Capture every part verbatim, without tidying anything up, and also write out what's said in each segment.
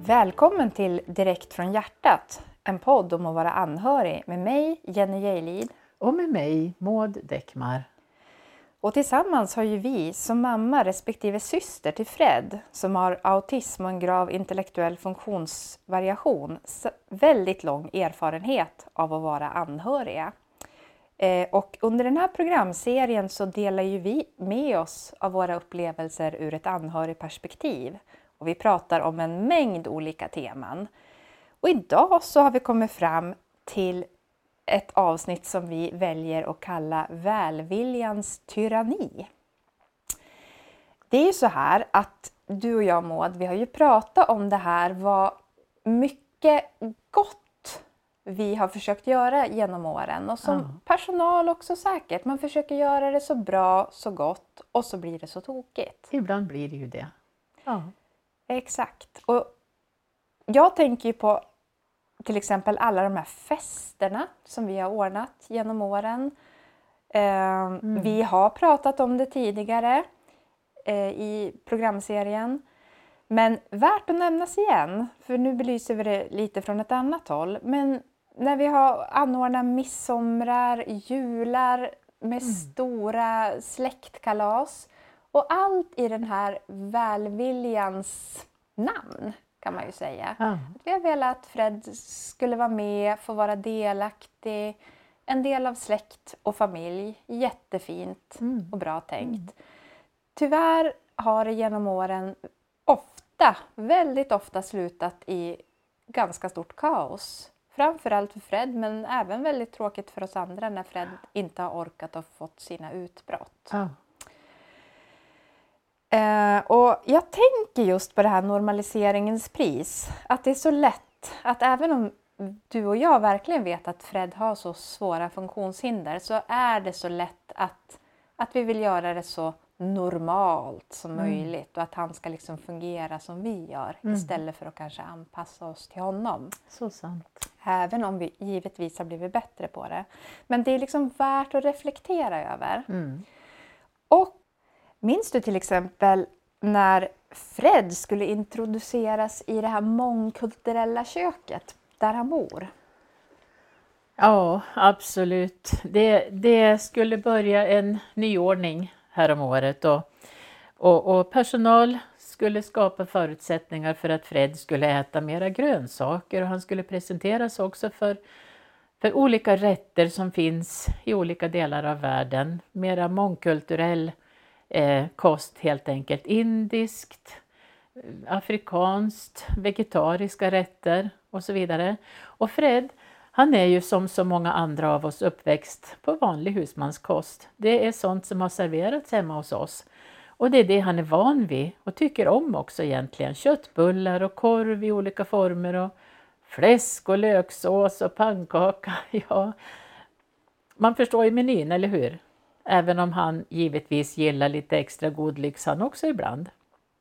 Välkommen till Direkt från hjärtat, en podd om att vara anhörig med mig, Jenny Gejlid. Och med mig, Maud Däckmar. Och tillsammans har ju vi som mamma respektive syster till Fred, som har autism och en grav intellektuell funktionsvariation, väldigt lång erfarenhet av att vara anhöriga. Och under den här programserien så delar ju vi med oss av våra upplevelser ur ett anhörigperspektiv. Och vi pratar om en mängd olika teman. Och idag så har vi kommit fram till ett avsnitt som vi väljer att kalla välviljans tyranni. Det är ju så här att du och jag, Maud, vi har ju pratat om det här, vad mycket gott vi har försökt göra genom åren. Och som Ja. personal också säkert. Man försöker göra det så bra, så gott och så blir det så tokigt. Ibland blir det ju det. Ja. Exakt. Och jag tänker ju på till exempel alla de här festerna som vi har ordnat genom åren. Eh, mm. Vi har pratat om det tidigare eh, i programserien. Men värt att nämnas igen, för nu belyser vi det lite från ett annat håll. Men när vi har anordnat midsomrar, jular med mm. stora släktkalas. Och allt i den här välviljans namn kan man ju säga. Ja. Att vi har velat att Fred skulle vara med, få vara delaktig. En del av släkt och familj. Jättefint mm. och bra tänkt. Mm. Tyvärr har det genom åren ofta, väldigt ofta slutat i ganska stort kaos. Framförallt för Fred, men även väldigt tråkigt för oss andra när Fred inte har orkat och fått sina utbrott. Ja. Uh, och jag tänker just på det här normaliseringens pris. Att det är så lätt att även om du och jag verkligen vet att Fred har så svåra funktionshinder, så är det så lätt att, att vi vill göra det så normalt som mm. möjligt. Och att han ska liksom fungera som vi gör mm. istället för att kanske anpassa oss till honom. Så sant. Även om vi givetvis har blivit bättre på det. Men det är liksom värt att reflektera över. Mm. Och minns du till exempel när Fred skulle introduceras i det här mångkulturella köket där han bor? Ja, absolut. Det, det skulle börja en nyordning här om året. Och, och, och personal skulle skapa förutsättningar för att Fred skulle äta mera grönsaker. Och han skulle presenteras också för, för olika rätter som finns i olika delar av världen. Mera mångkulturell Eh, kost helt enkelt. Indiskt, afrikanskt, vegetariska rätter och så vidare. Och Fred, han är ju som så många andra av oss uppväxt på vanlig husmanskost. Det är sånt som har serverats hemma hos oss. Och det är det han är van vid och tycker om också egentligen. Köttbullar och korv i olika former och fläsk och löksås och pannkaka. Ja, man förstår ju menyn, eller hur? Även om han givetvis gillar lite extra god lyx han också ibland.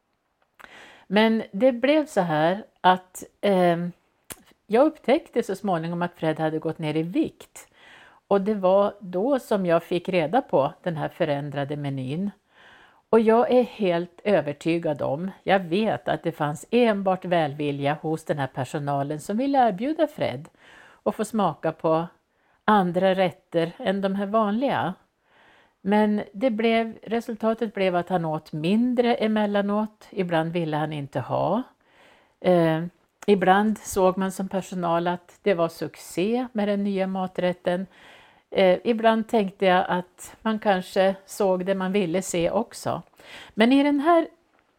Men det blev så här att eh, jag upptäckte så småningom att Fred hade gått ner i vikt. Och det var då som jag fick reda på den här förändrade menyn. Och jag är helt övertygad om, jag vet att det fanns enbart välvilja hos den här personalen som ville erbjuda Fred och få smaka på andra rätter än de här vanliga. Men det blev, resultatet blev att han åt mindre emellanåt. Ibland ville han inte ha. Eh, ibland såg man som personal att det var succé med den nya maträtten. Eh, ibland tänkte jag att man kanske såg det man ville se också. Men i den här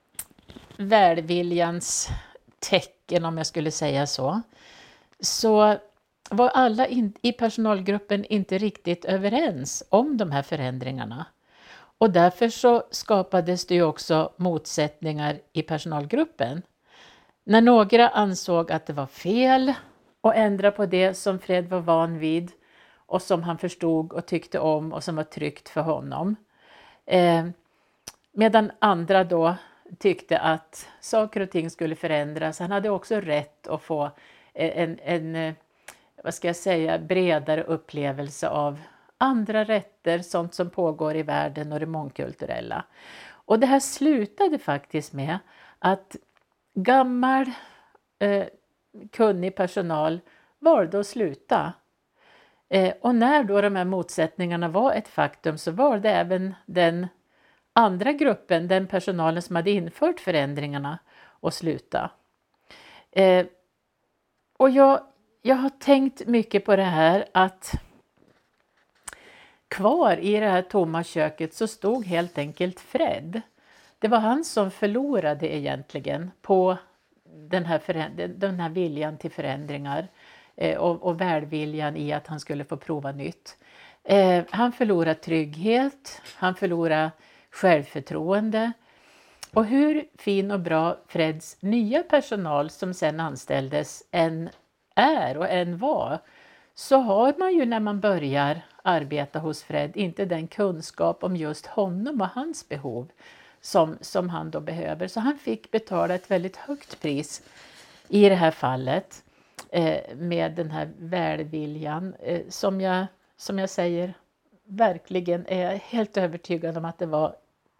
välviljans tecken, om jag skulle säga så, så var alla in, i personalgruppen inte riktigt överens om de här förändringarna. Och därför så skapades det ju också motsättningar i personalgruppen. När några ansåg att det var fel att ändra på det som Fred var van vid och som han förstod och tyckte om och som var tryggt för honom. Eh, medan andra då tyckte att saker och ting skulle förändras. Han hade också rätt att få en, en vad ska jag säga, bredare upplevelse av andra rätter, sånt som pågår i världen och det mångkulturella. Och det här slutade faktiskt med att gammal eh, kunnig personal valde att sluta. Eh, och när då de här motsättningarna var ett faktum så var det även den andra gruppen, den personalen som hade infört förändringarna, att sluta. Eh, och jag, jag har tänkt mycket på det här att kvar i det här tomma köket så stod helt enkelt Fred. Det var han som förlorade egentligen på den här, den här viljan till förändringar eh, och, och välviljan i att han skulle få prova nytt. Eh, han förlorade trygghet, han förlorade självförtroende. Och hur fin och bra Freds nya personal som sen anställdes än är och än var, så har man ju när man börjar arbeta hos Fred inte den kunskap om just honom och hans behov som, som han då behöver. Så han fick betala ett väldigt högt pris i det här fallet eh, med den här välviljan eh, som, jag, som jag säger verkligen är helt övertygad om att det var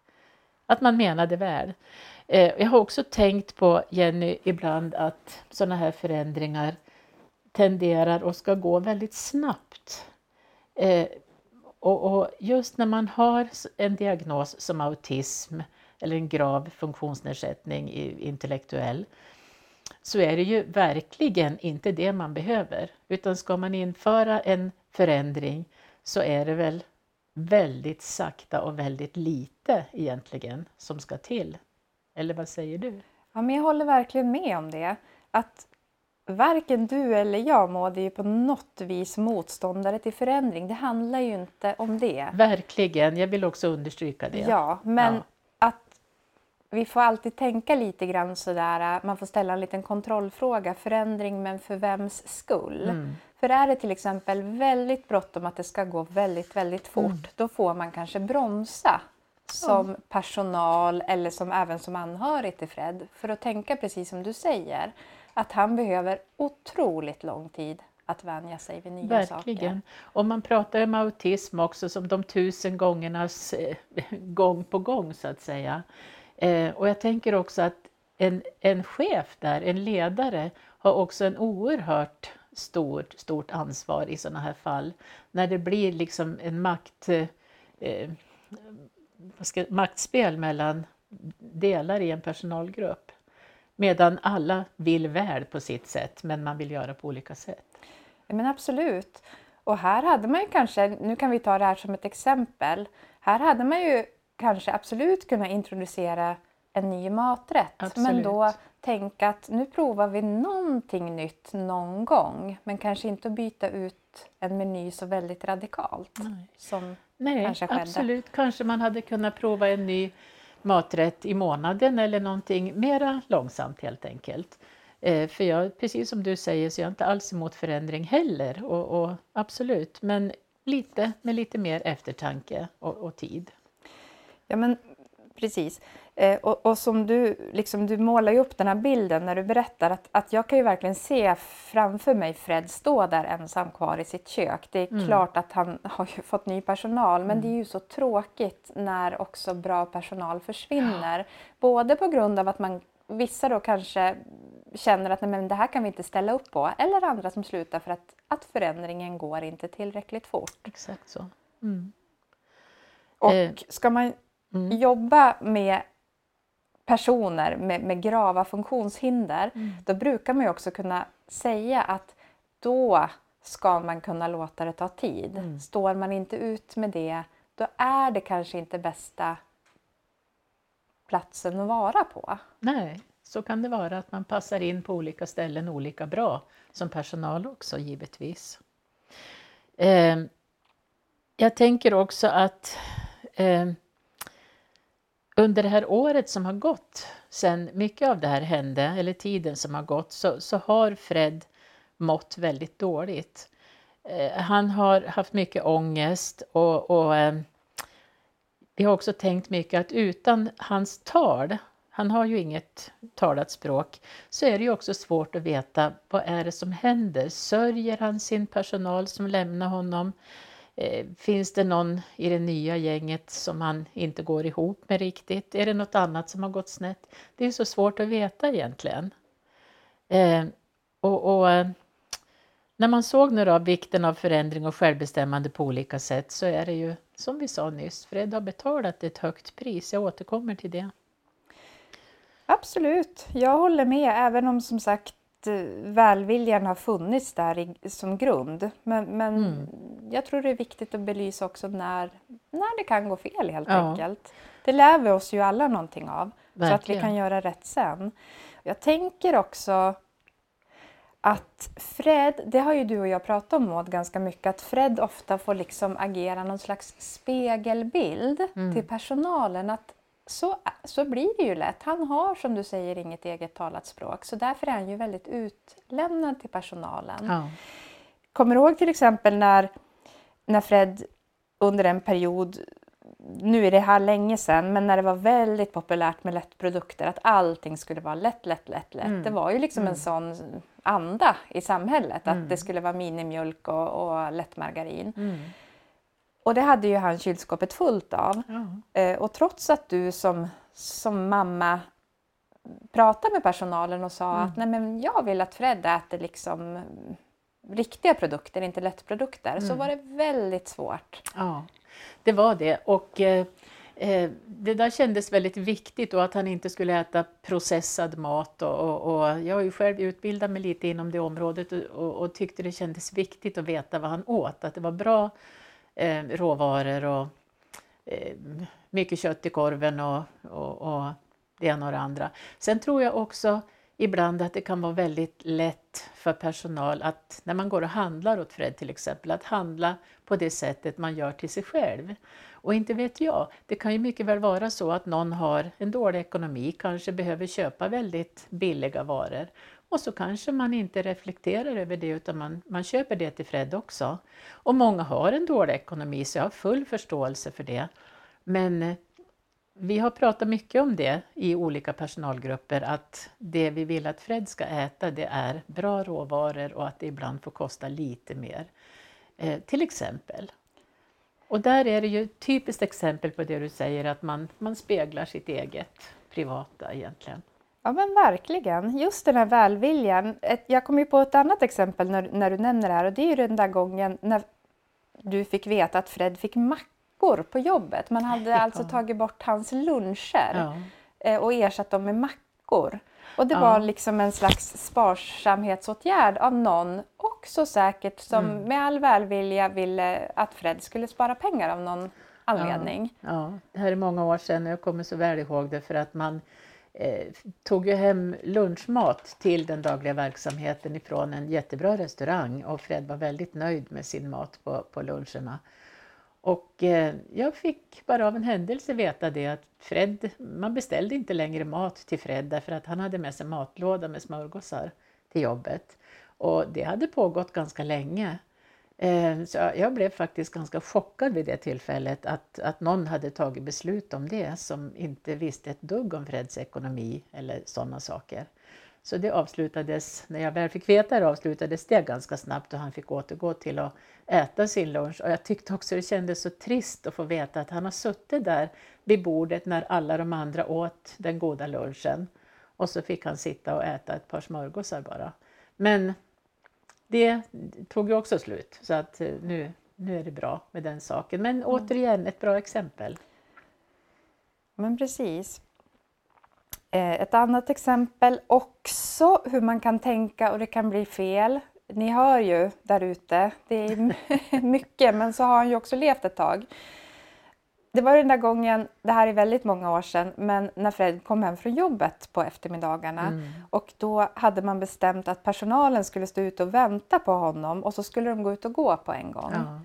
att man menade väl. Eh, jag har också tänkt på, Jenny, ibland att sådana här förändringar tenderar och ska gå väldigt snabbt. Eh, och, och just när man har en diagnos som autism eller en grav funktionsnedsättning intellektuell, så är det ju verkligen inte det man behöver. Utan ska man införa en förändring så är det väl väldigt sakta och väldigt lite egentligen som ska till. Eller vad säger du? Ja, men jag håller verkligen med om det. Att varken du eller jag Maud är ju på något vis motståndare till förändring. Det handlar ju inte om det. Verkligen, jag vill också understryka det. Ja, men Ja. att vi får alltid tänka lite grann sådär, man får ställa en liten kontrollfråga, förändring men för vems skull? Mm. För är det till exempel väldigt bråttom att det ska gå väldigt, väldigt fort, Mm. då får man kanske bromsa som personal eller som även som anhörig till Fred. För att tänka precis som du säger, att han behöver otroligt lång tid att vänja sig vid nya Verkligen. saker. Och man pratar om autism också som de tusen gångernas eh, gång på gång så att säga. Eh, och jag tänker också att en, en chef där, en ledare, har också en oerhört stort, stort ansvar i sådana här fall. När det blir liksom en makt, eh, vad ska, maktspel mellan delar i en personalgrupp. Medan alla vill väl på sitt sätt, men man vill göra på olika sätt. Men absolut. Och här hade man ju kanske, nu kan vi ta det här som ett exempel. Här hade man ju kanske absolut kunnat introducera en ny maträtt. Absolut. Men då tänka att nu provar vi någonting nytt någon gång. Men kanske inte att byta ut en meny så väldigt radikalt. Nej. Som Nej, kanske skedde. absolut. Kanske man hade kunnat prova en ny maträtt i månaden eller någonting mera långsamt helt enkelt. Eh, för jag, precis som du säger, så är jag inte alls emot förändring heller. Och, och absolut, men lite med lite mer eftertanke och, och tid. Ja men precis. Eh, och, och som du, liksom, du målar ju upp den här bilden när du berättar att, att jag kan ju verkligen se framför mig Fred stå där ensam kvar i sitt kök. Det är Mm. klart att han har ju fått ny personal, men Mm. det är ju så tråkigt när också bra personal försvinner. Både på grund av att man, vissa då kanske känner att nej, men det här kan vi inte ställa upp på, eller andra som slutar för att, att förändringen går inte tillräckligt fort. Exakt så. Mm. Och Eh. ska man Mm. jobba med personer med, med grava funktionshinder, Mm. då brukar man ju också kunna säga att då ska man kunna låta det ta tid. Mm. Står man inte ut med det, då är det kanske inte bästa platsen att vara på. Nej, så kan det vara att man passar in på olika ställen olika bra som personal också givetvis. Eh, jag tänker också att eh, under det här året som har gått, sen mycket av det här hände, eller tiden som har gått, så, så har Fred mått väldigt dåligt. Eh, han har haft mycket ångest och, och eh, vi har också tänkt mycket att utan hans tal, han har ju inget talat språk, så är det ju också svårt att veta vad är det som händer. Sörjer han sin personal som lämnar honom? Eh, finns det någon i det nya gänget som han inte går ihop med riktigt? Är det något annat som har gått snett? Det är så svårt att veta egentligen. Eh, och, och eh, när man såg nu då vikten av förändring och självbestämmande på olika sätt, så är det ju som vi sa nyss, Fred har betalat ett högt pris. Jag återkommer till det. Absolut, jag håller med, även om som sagt välviljan har funnits där i, som grund. Men, men Mm. jag tror det är viktigt att belysa också när, när det kan gå fel helt Ja. enkelt. Det lär vi oss ju alla någonting av. Så att vi Verkligen. kan göra rätt sen. Jag tänker också att Fred, det har ju du och jag pratat om Maud ganska mycket, att Fred ofta får liksom agera någon slags spegelbild Mm. till personalen. Att så, så blir det ju lätt. Han har som du säger inget eget talat språk, så därför är han ju väldigt utlämnad till personalen. Ja. Kommer du ihåg till exempel när, när Fred under en period, nu är det här länge sedan, men när det var väldigt populärt med lättprodukter, att allting skulle vara lätt, lätt, lätt, lätt. Mm. Det var ju liksom Mm. en sån anda i samhället, Mm. att det skulle vara minimjölk och, och lättmargarin. Mm. Och det hade ju han kylskåpet fullt av. Ja. Eh, och trots att du som, som mamma pratade med personalen och sa Mm. att nej men jag vill att Fred äter liksom riktiga produkter, inte lättprodukter, så Mm. var det väldigt svårt. Ja, det var det. Och eh, eh, det där kändes väldigt viktigt, och att han inte skulle äta processad mat. Och, och, och jag har ju själv utbildat mig lite inom det området, och, och, och tyckte det kändes viktigt att veta vad han åt. Att det var bra eh, råvaror och eh, mycket kött i korven och, och, och det ena och det andra. Sen tror jag också ibland att det kan vara väldigt lätt för personal att när man går och handlar åt Fred till exempel, att handla på det sättet man gör till sig själv. Och inte vet jag, det kan ju mycket väl vara så att någon har en dålig ekonomi, kanske behöver köpa väldigt billiga varor. Och så kanske man inte reflekterar över det, utan man, man köper det till Fred också. Och många har en dålig ekonomi, så jag har full förståelse för det. Men eh, vi har pratat mycket om det i olika personalgrupper, att det vi vill att Fred ska äta, det är bra råvaror och att det ibland får kosta lite mer. Eh, till exempel. Och där är det ju ett typiskt exempel på det du säger, att man, man speglar sitt eget privata egentligen. Ja men verkligen, just den här välviljan. Ett, jag kommer ju på ett annat exempel när, när du nämner det här, och det är ju den där gången när du fick veta att Fred fick mackor på jobbet. Man hade Ja. alltså tagit bort hans luncher Ja. eh, och ersatt dem med mackor. Och det Ja. var liksom en slags sparsamhetsåtgärd av någon, också säkert som Mm. med all välvilja ville att Fred skulle spara pengar av någon anledning. Ja, ja, det här är många år sedan och jag kommer så väl ihåg det, för att man eh, tog ju hem lunchmat till den dagliga verksamheten ifrån en jättebra restaurang, och Fred var väldigt nöjd med sin mat på, på luncherna. Och eh, jag fick bara av en händelse veta det, att Fred, man beställde inte längre mat till Fred därför att han hade med sig matlåda med smörgåsar till jobbet. Och det hade pågått ganska länge. Eh, så jag blev faktiskt ganska chockad vid det tillfället, att, att någon hade tagit beslut om det som inte visste ett dugg om Freds ekonomi eller sådana saker. Så det avslutades, när jag väl fick veta det, avslutades det ganska snabbt och han fick återgå till att äta sin lunch. Och jag tyckte också det kändes så trist att få veta att han har suttit där vid bordet när alla de andra åt den goda lunchen. Och så fick han sitta och äta ett par smörgåsar bara. Men det tog ju också slut, så att nu, nu är det bra med den saken. Men återigen ett bra exempel. Men precis. Ett annat exempel också hur man kan tänka och det kan bli fel. Ni hör ju där ute, det är mycket, men så har han ju också levt ett tag. Det var den där gången, det här är väldigt många år sedan, men när Fred kom hem från jobbet på eftermiddagarna. Mm. Och då hade man bestämt att personalen skulle stå ute och vänta på honom och så skulle de gå ut och gå på en gång. Ja,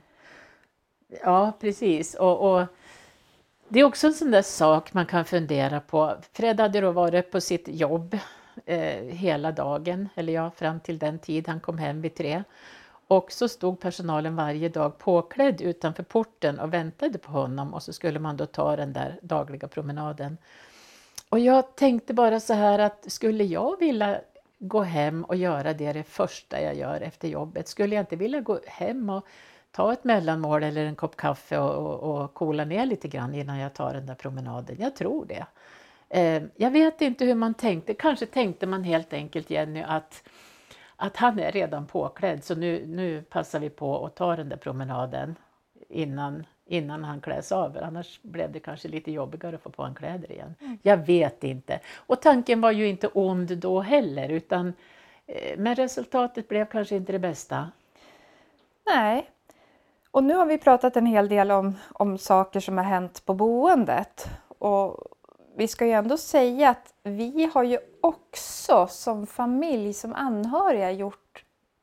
ja precis. Och, och det är också en sån där sak man kan fundera på. Fred hade då varit på sitt jobb eh, hela dagen, eller ja, fram till den tid han kom hem vid tre. Och så stod personalen varje dag påklädd utanför porten och väntade på honom, och så skulle man då ta den där dagliga promenaden. Och jag tänkte bara så här, att skulle jag vilja gå hem och göra det det första jag gör efter jobbet? Skulle jag inte vilja gå hem och ta ett mellanmål eller en kopp kaffe och, och, och kola ner lite grann innan jag tar den där promenaden? Jag tror det. Eh, jag vet inte hur man tänkte. Kanske tänkte man helt enkelt, Jenny, att, att han är redan påklädd. Så nu, nu passar vi på att ta den där promenaden innan, innan han kläs av. Annars blev det kanske lite jobbigare att få på en kläder igen. Mm. Jag vet inte. Och tanken var ju inte ond då heller. Utan, eh, men resultatet blev kanske inte det bästa. Nej. Och nu har vi pratat en hel del om, om saker som har hänt på boendet. Och vi ska ju ändå säga att vi har ju också som familj, som anhöriga gjort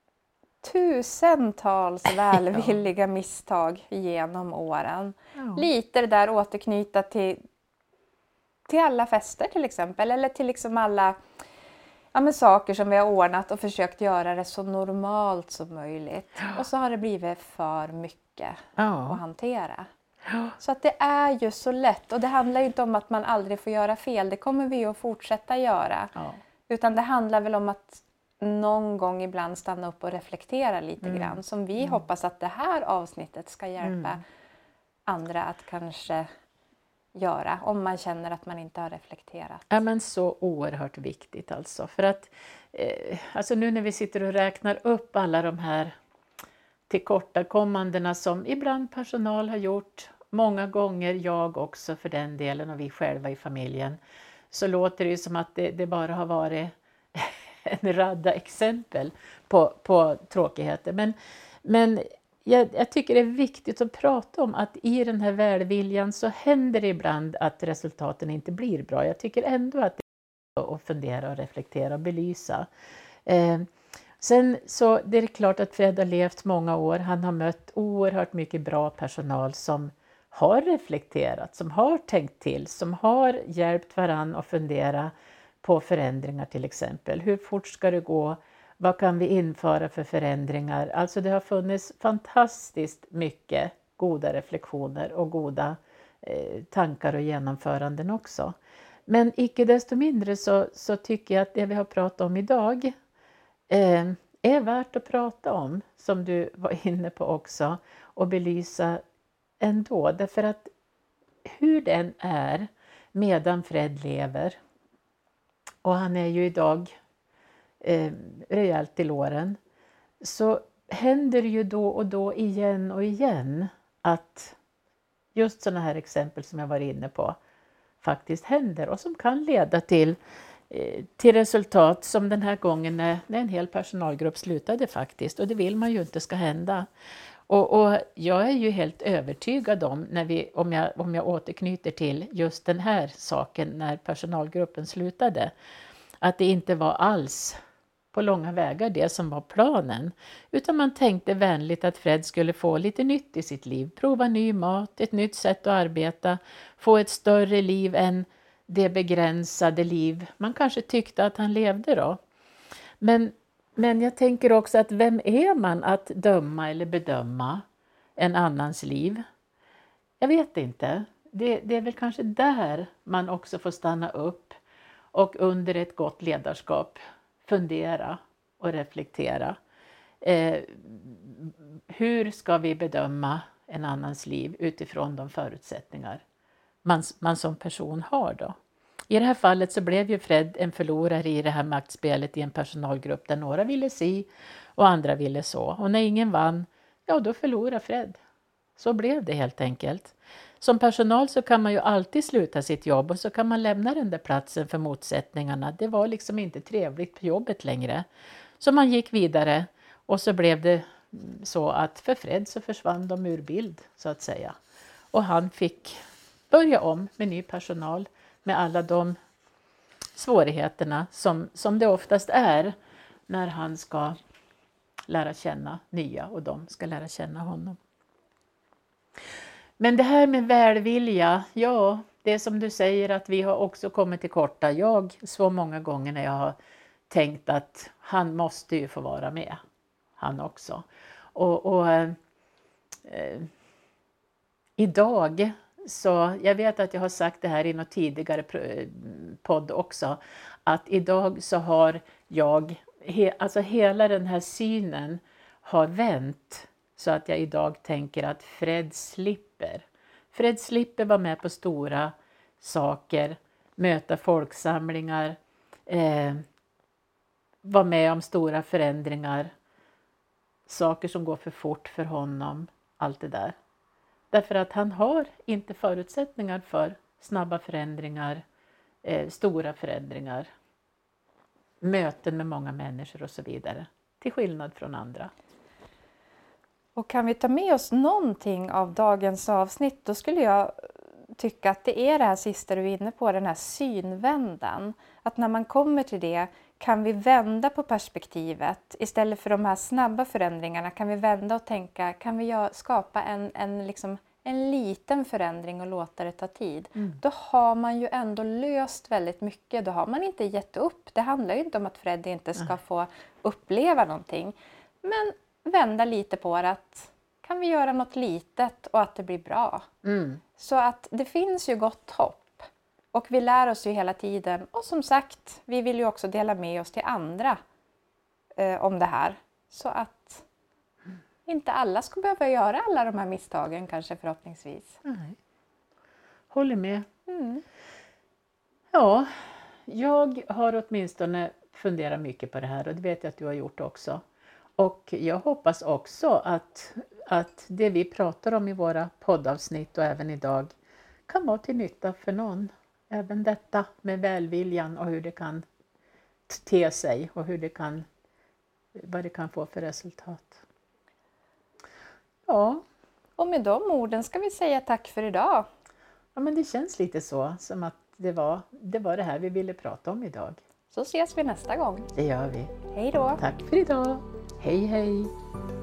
tusentals välvilliga misstag genom åren. Ja. Lite det där återknyta till, till alla fester till exempel. Eller till liksom alla ja, men saker som vi har ordnat och försökt göra det så normalt som möjligt. Ja. Och så har det blivit för mycket ja. Att hantera. Ja. Så att det är ju så lätt. Och det handlar ju inte om att man aldrig får göra fel. Det kommer vi att fortsätta göra. Ja. Utan det handlar väl om att någon gång ibland stanna upp och reflektera lite mm. grann. Som vi mm. hoppas att det här avsnittet ska hjälpa mm. andra att kanske göra. Om man känner att man inte har reflekterat. Ja, men så oerhört viktigt alltså. För att eh, alltså nu när vi sitter och räknar upp alla de här tillkortakommandena som ibland personal har gjort. Många gånger jag också för den delen och vi själva i familjen. Så låter det ju som att det, det bara har varit en radda exempel på, på tråkigheter. Men, men jag, jag tycker det är viktigt att prata om att i den här välviljan så händer det ibland att resultaten inte blir bra. Jag tycker ändå att det är att fundera och reflektera och belysa. Eh, sen så det är klart att Fred har levt många år. Han har mött oerhört mycket bra personal som har reflekterat, som har tänkt till, som har hjälpt varann att fundera på förändringar till exempel. Hur fort ska det gå? Vad kan vi införa för förändringar? Alltså det har funnits fantastiskt mycket goda reflektioner och goda eh, tankar och genomföranden också. Men icke desto mindre så, så tycker jag att det vi har pratat om idag eh, är värt att prata om, som du var inne på också, och belysa ändå. Därför att hur den är medan Fred lever, och han är ju idag eh, rejält till åren, så händer det ju då och då igen och igen att just sådana här exempel som jag var inne på faktiskt händer och som kan leda till, eh, till resultat som den här gången när, när en hel personalgrupp slutade faktiskt, och det vill man ju inte ska hända. Och, och jag är ju helt övertygad om, när vi, om, jag, om jag återknyter till just den här saken när personalgruppen slutade, att det inte var alls på långa vägar det som var planen. Utan man tänkte vänligt att Fred skulle få lite nytt i sitt liv. Prova ny mat, ett nytt sätt att arbeta, få ett större liv än det begränsade liv man kanske tyckte att han levde då. Men Men jag tänker också att vem är man att döma eller bedöma en annans liv? Jag vet inte. Det, det är väl kanske där man också får stanna upp och under ett gott ledarskap fundera och reflektera. Eh, hur ska vi bedöma en annans liv utifrån de förutsättningar man, man som person har då? I det här fallet så blev ju Fred en förlorare i det här maktspelet i en personalgrupp där några ville si och andra ville så. Och när ingen vann, ja då förlorade Fred. Så blev det helt enkelt. Som personal så kan man ju alltid sluta sitt jobb och så kan man lämna den där platsen för motsättningarna. Det var liksom inte trevligt på jobbet längre. Så man gick vidare och så blev det så att för Fred så försvann de ur bild så att säga. Och han fick börja om med ny personal. Med alla de svårigheterna som, som det oftast är när han ska lära känna nya och de ska lära känna honom. Men det här med välvilja, ja, det är som du säger att vi har också kommit till korta. Jag så många gånger när jag har tänkt att han måste ju få vara med, han också. Och, och eh, idag... Så jag vet att jag har sagt det här i något tidigare podd också. Att idag så har jag, he, alltså hela den här synen har vänt. Så att jag idag tänker att Fred slipper. Fred slipper vara med på stora saker möta folksamlingar, eh, vara med om stora förändringar, saker som går för fort för honom, allt det där. Därför att han har inte förutsättningar för snabba förändringar, eh, stora förändringar, möten med många människor och så vidare, till skillnad från andra. Och kan vi ta med oss någonting av dagens avsnitt, då skulle jag tycka att det är det här sista du är inne på, den här synvändan. Att när man kommer till det kan vi vända på perspektivet. Istället för de här snabba förändringarna kan vi vända och tänka, kan vi gö- skapa en, en, liksom, en liten förändring och låta det ta tid. Mm. Då har man ju ändå löst väldigt mycket. Då har man inte gett upp. Det handlar ju inte om att Fred inte ska få uppleva någonting. Men vända lite på det, att kan vi göra något litet och att det blir bra. Mm. Så att det finns ju gott hopp. Och vi lär oss ju hela tiden. Och som sagt, vi vill ju också dela med oss till andra eh, om det här. Så att inte alla ska behöva göra alla de här misstagen kanske förhoppningsvis. Nej. Håller med. Mm. Ja, jag har åtminstone funderat mycket på det här och det vet jag att du har gjort också. Och jag hoppas också att, att det vi pratar om i våra poddavsnitt och även idag kan vara till nytta för någon. Även detta med välviljan och hur det kan te sig och hur det kan, vad det kan få för resultat. Ja. Och med de orden ska vi säga tack för idag. Ja, men det känns lite så som att det var, det var det här vi ville prata om idag. Så ses vi nästa gång. Det gör vi. Hej då! Tack för idag. Hej hej!